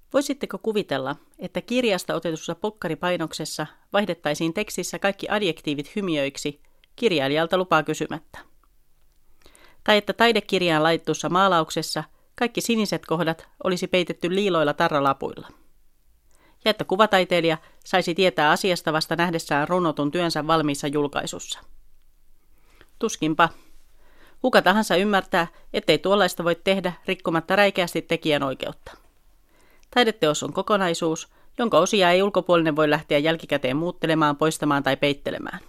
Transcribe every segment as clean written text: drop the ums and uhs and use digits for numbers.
Voisitteko kuvitella, että kirjasta otetussa pokkaripainoksessa vaihdettaisiin tekstissä kaikki adjektiivit hymiöiksi kirjailijalta lupaa kysymättä? Tai että taidekirjaan laittussa maalauksessa kaikki siniset kohdat olisi peitetty liiloilla tarralapuilla? Ja että kuvataiteilija saisi tietää asiasta vasta nähdessään runnotun työnsä valmiissa julkaisussa? Tuskinpa. Kuka tahansa ymmärtää, ettei tuollaista voi tehdä rikkomatta räikeästi tekijänoikeutta. Taideteos on kokonaisuus, jonka osia ei ulkopuolinen voi lähteä jälkikäteen muuttelemaan, poistamaan tai peittelemään.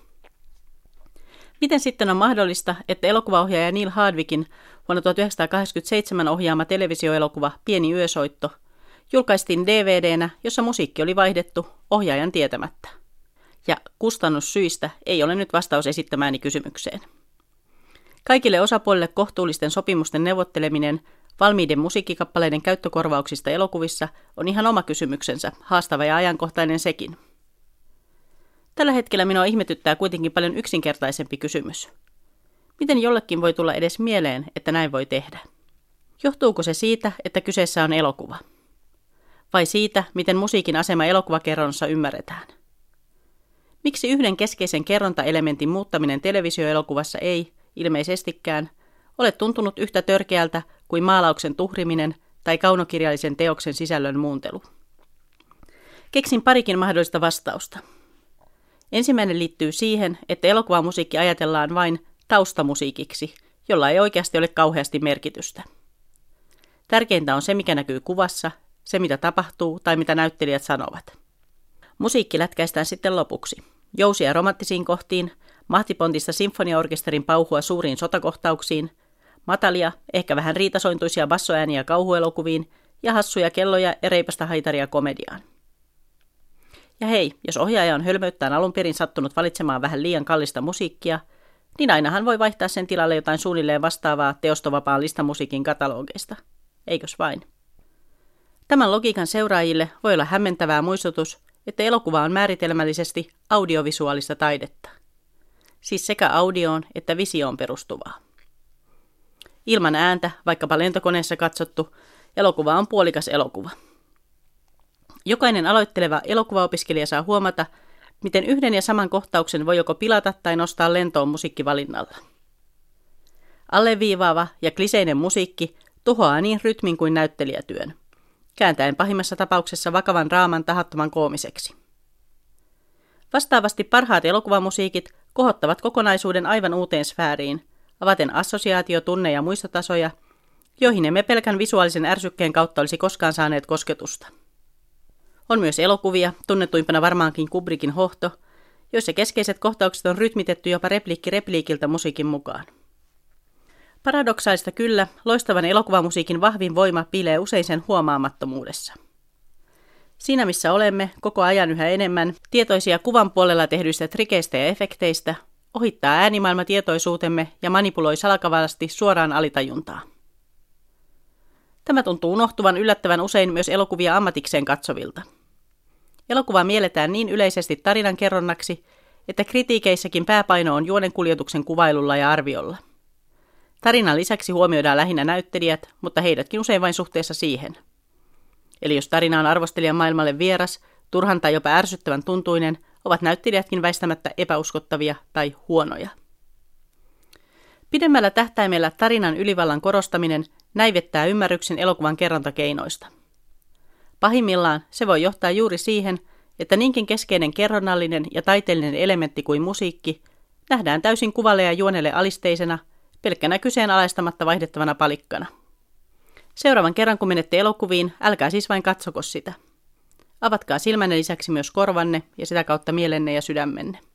Miten sitten on mahdollista, että elokuvaohjaaja Neil Hardwickin vuonna 1987 ohjaama televisioelokuva Pieni yösoitto julkaistiin DVD:nä, jossa musiikki oli vaihdettu ohjaajan tietämättä? Ja kustannussyistä ei ole nyt vastaus esittämääni kysymykseen. Kaikille osapuolille kohtuullisten sopimusten neuvotteleminen valmiiden musiikkikappaleiden käyttökorvauksista elokuvissa on ihan oma kysymyksensä, haastava ja ajankohtainen sekin. Tällä hetkellä minua ihmetyttää kuitenkin paljon yksinkertaisempi kysymys. Miten jollekin voi tulla edes mieleen, että näin voi tehdä? Johtuuko se siitä, että kyseessä on elokuva? Vai siitä, miten musiikin asema elokuvakerronnossa ymmärretään? Miksi yhden keskeisen kerrontaelementin muuttaminen televisioelokuvassa ei, ilmeisestikään, ole tuntunut yhtä törkeältä kuin maalauksen tuhriminen tai kaunokirjallisen teoksen sisällön muuntelu? Keksin parikin mahdollista vastausta. Ensimmäinen liittyy siihen, että elokuvamusiikki ajatellaan vain taustamusiikiksi, jolla ei oikeasti ole kauheasti merkitystä. Tärkeintä on se, mikä näkyy kuvassa, se mitä tapahtuu tai mitä näyttelijät sanovat. Musiikki lätkäistään sitten lopuksi. Jousia romanttisiin kohtiin, mahtipontista sinfoniaorkesterin pauhua suuriin sotakohtauksiin, matalia, ehkä vähän riitasointuisia bassoääniä kauhuelokuviin ja hassuja kelloja ja reipasta haitaria komediaan. Ja hei, jos ohjaaja on hölmöyttään alun perin sattunut valitsemaan vähän liian kallista musiikkia, niin ainahan voi vaihtaa sen tilalle jotain suunnilleen vastaavaa teostovapaan listamusiikin katalogeista. Eikös vain? Tämän logiikan seuraajille voi olla hämmentävää muistutus, että elokuva on määritelmällisesti audiovisuaalista taidetta. Siis sekä audioon että visioon perustuvaa. Ilman ääntä, vaikkapa lentokoneessa katsottu, elokuva on puolikas elokuva. Jokainen aloitteleva elokuvaopiskelija saa huomata, miten yhden ja saman kohtauksen voi joko pilata tai nostaa lentoon musiikkivalinnalla. Alleviivaava ja kliseinen musiikki tuhoaa niin rytmin kuin näyttelijätyön, kääntäen pahimmassa tapauksessa vakavan draaman tahattoman koomiseksi. Vastaavasti parhaat elokuvamusiikit kohottavat kokonaisuuden aivan uuteen sfääriin, avaten assosiaatio-, tunne- ja muistotasoja, joihin emme pelkän visuaalisen ärsykkeen kautta olisi koskaan saaneet kosketusta. On myös elokuvia, tunnetuimpana varmaankin Kubrickin Hohto, joissa keskeiset kohtaukset on rytmitetty jopa repliikki repliikiltä musiikin mukaan. Paradoksaalista kyllä, loistavan elokuvamusiikin vahvin voima piilee usein sen huomaamattomuudessa. Siinä missä olemme, koko ajan yhä enemmän, tietoisia kuvan puolella tehdyistä trikeistä ja efekteistä, ohittaa äänimaailma tietoisuutemme ja manipuloi salakavasti suoraan alitajuntaa. Tämä tuntuu unohtuvan yllättävän usein myös elokuvia ammatikseen katsovilta. Elokuva mielletään niin yleisesti tarinan kerronnaksi, että kritiikeissäkin pääpaino on juonenkuljetuksen kuvailulla ja arviolla. Tarinan lisäksi huomioidaan lähinnä näyttelijät, mutta heidätkin usein vain suhteessa siihen. Eli jos tarina on arvostelijan maailmalle vieras, turhan tai jopa ärsyttävän tuntuinen, ovat näyttelijätkin väistämättä epäuskottavia tai huonoja. Pidemmällä tähtäimellä tarinan ylivallan korostaminen näivettää ymmärryksen elokuvan kerrontakeinoista. Pahimmillaan se voi johtaa juuri siihen, että niinkin keskeinen kerronnallinen ja taiteellinen elementti kuin musiikki nähdään täysin kuvalle ja juonelle alisteisena, pelkkänä kyseenalaistamatta vaihdettavana palikkana. Seuraavan kerran kun menette elokuviin, älkää siis vain katsoko sitä. Avatkaa silmänne lisäksi myös korvanne ja sitä kautta mielenne ja sydämenne.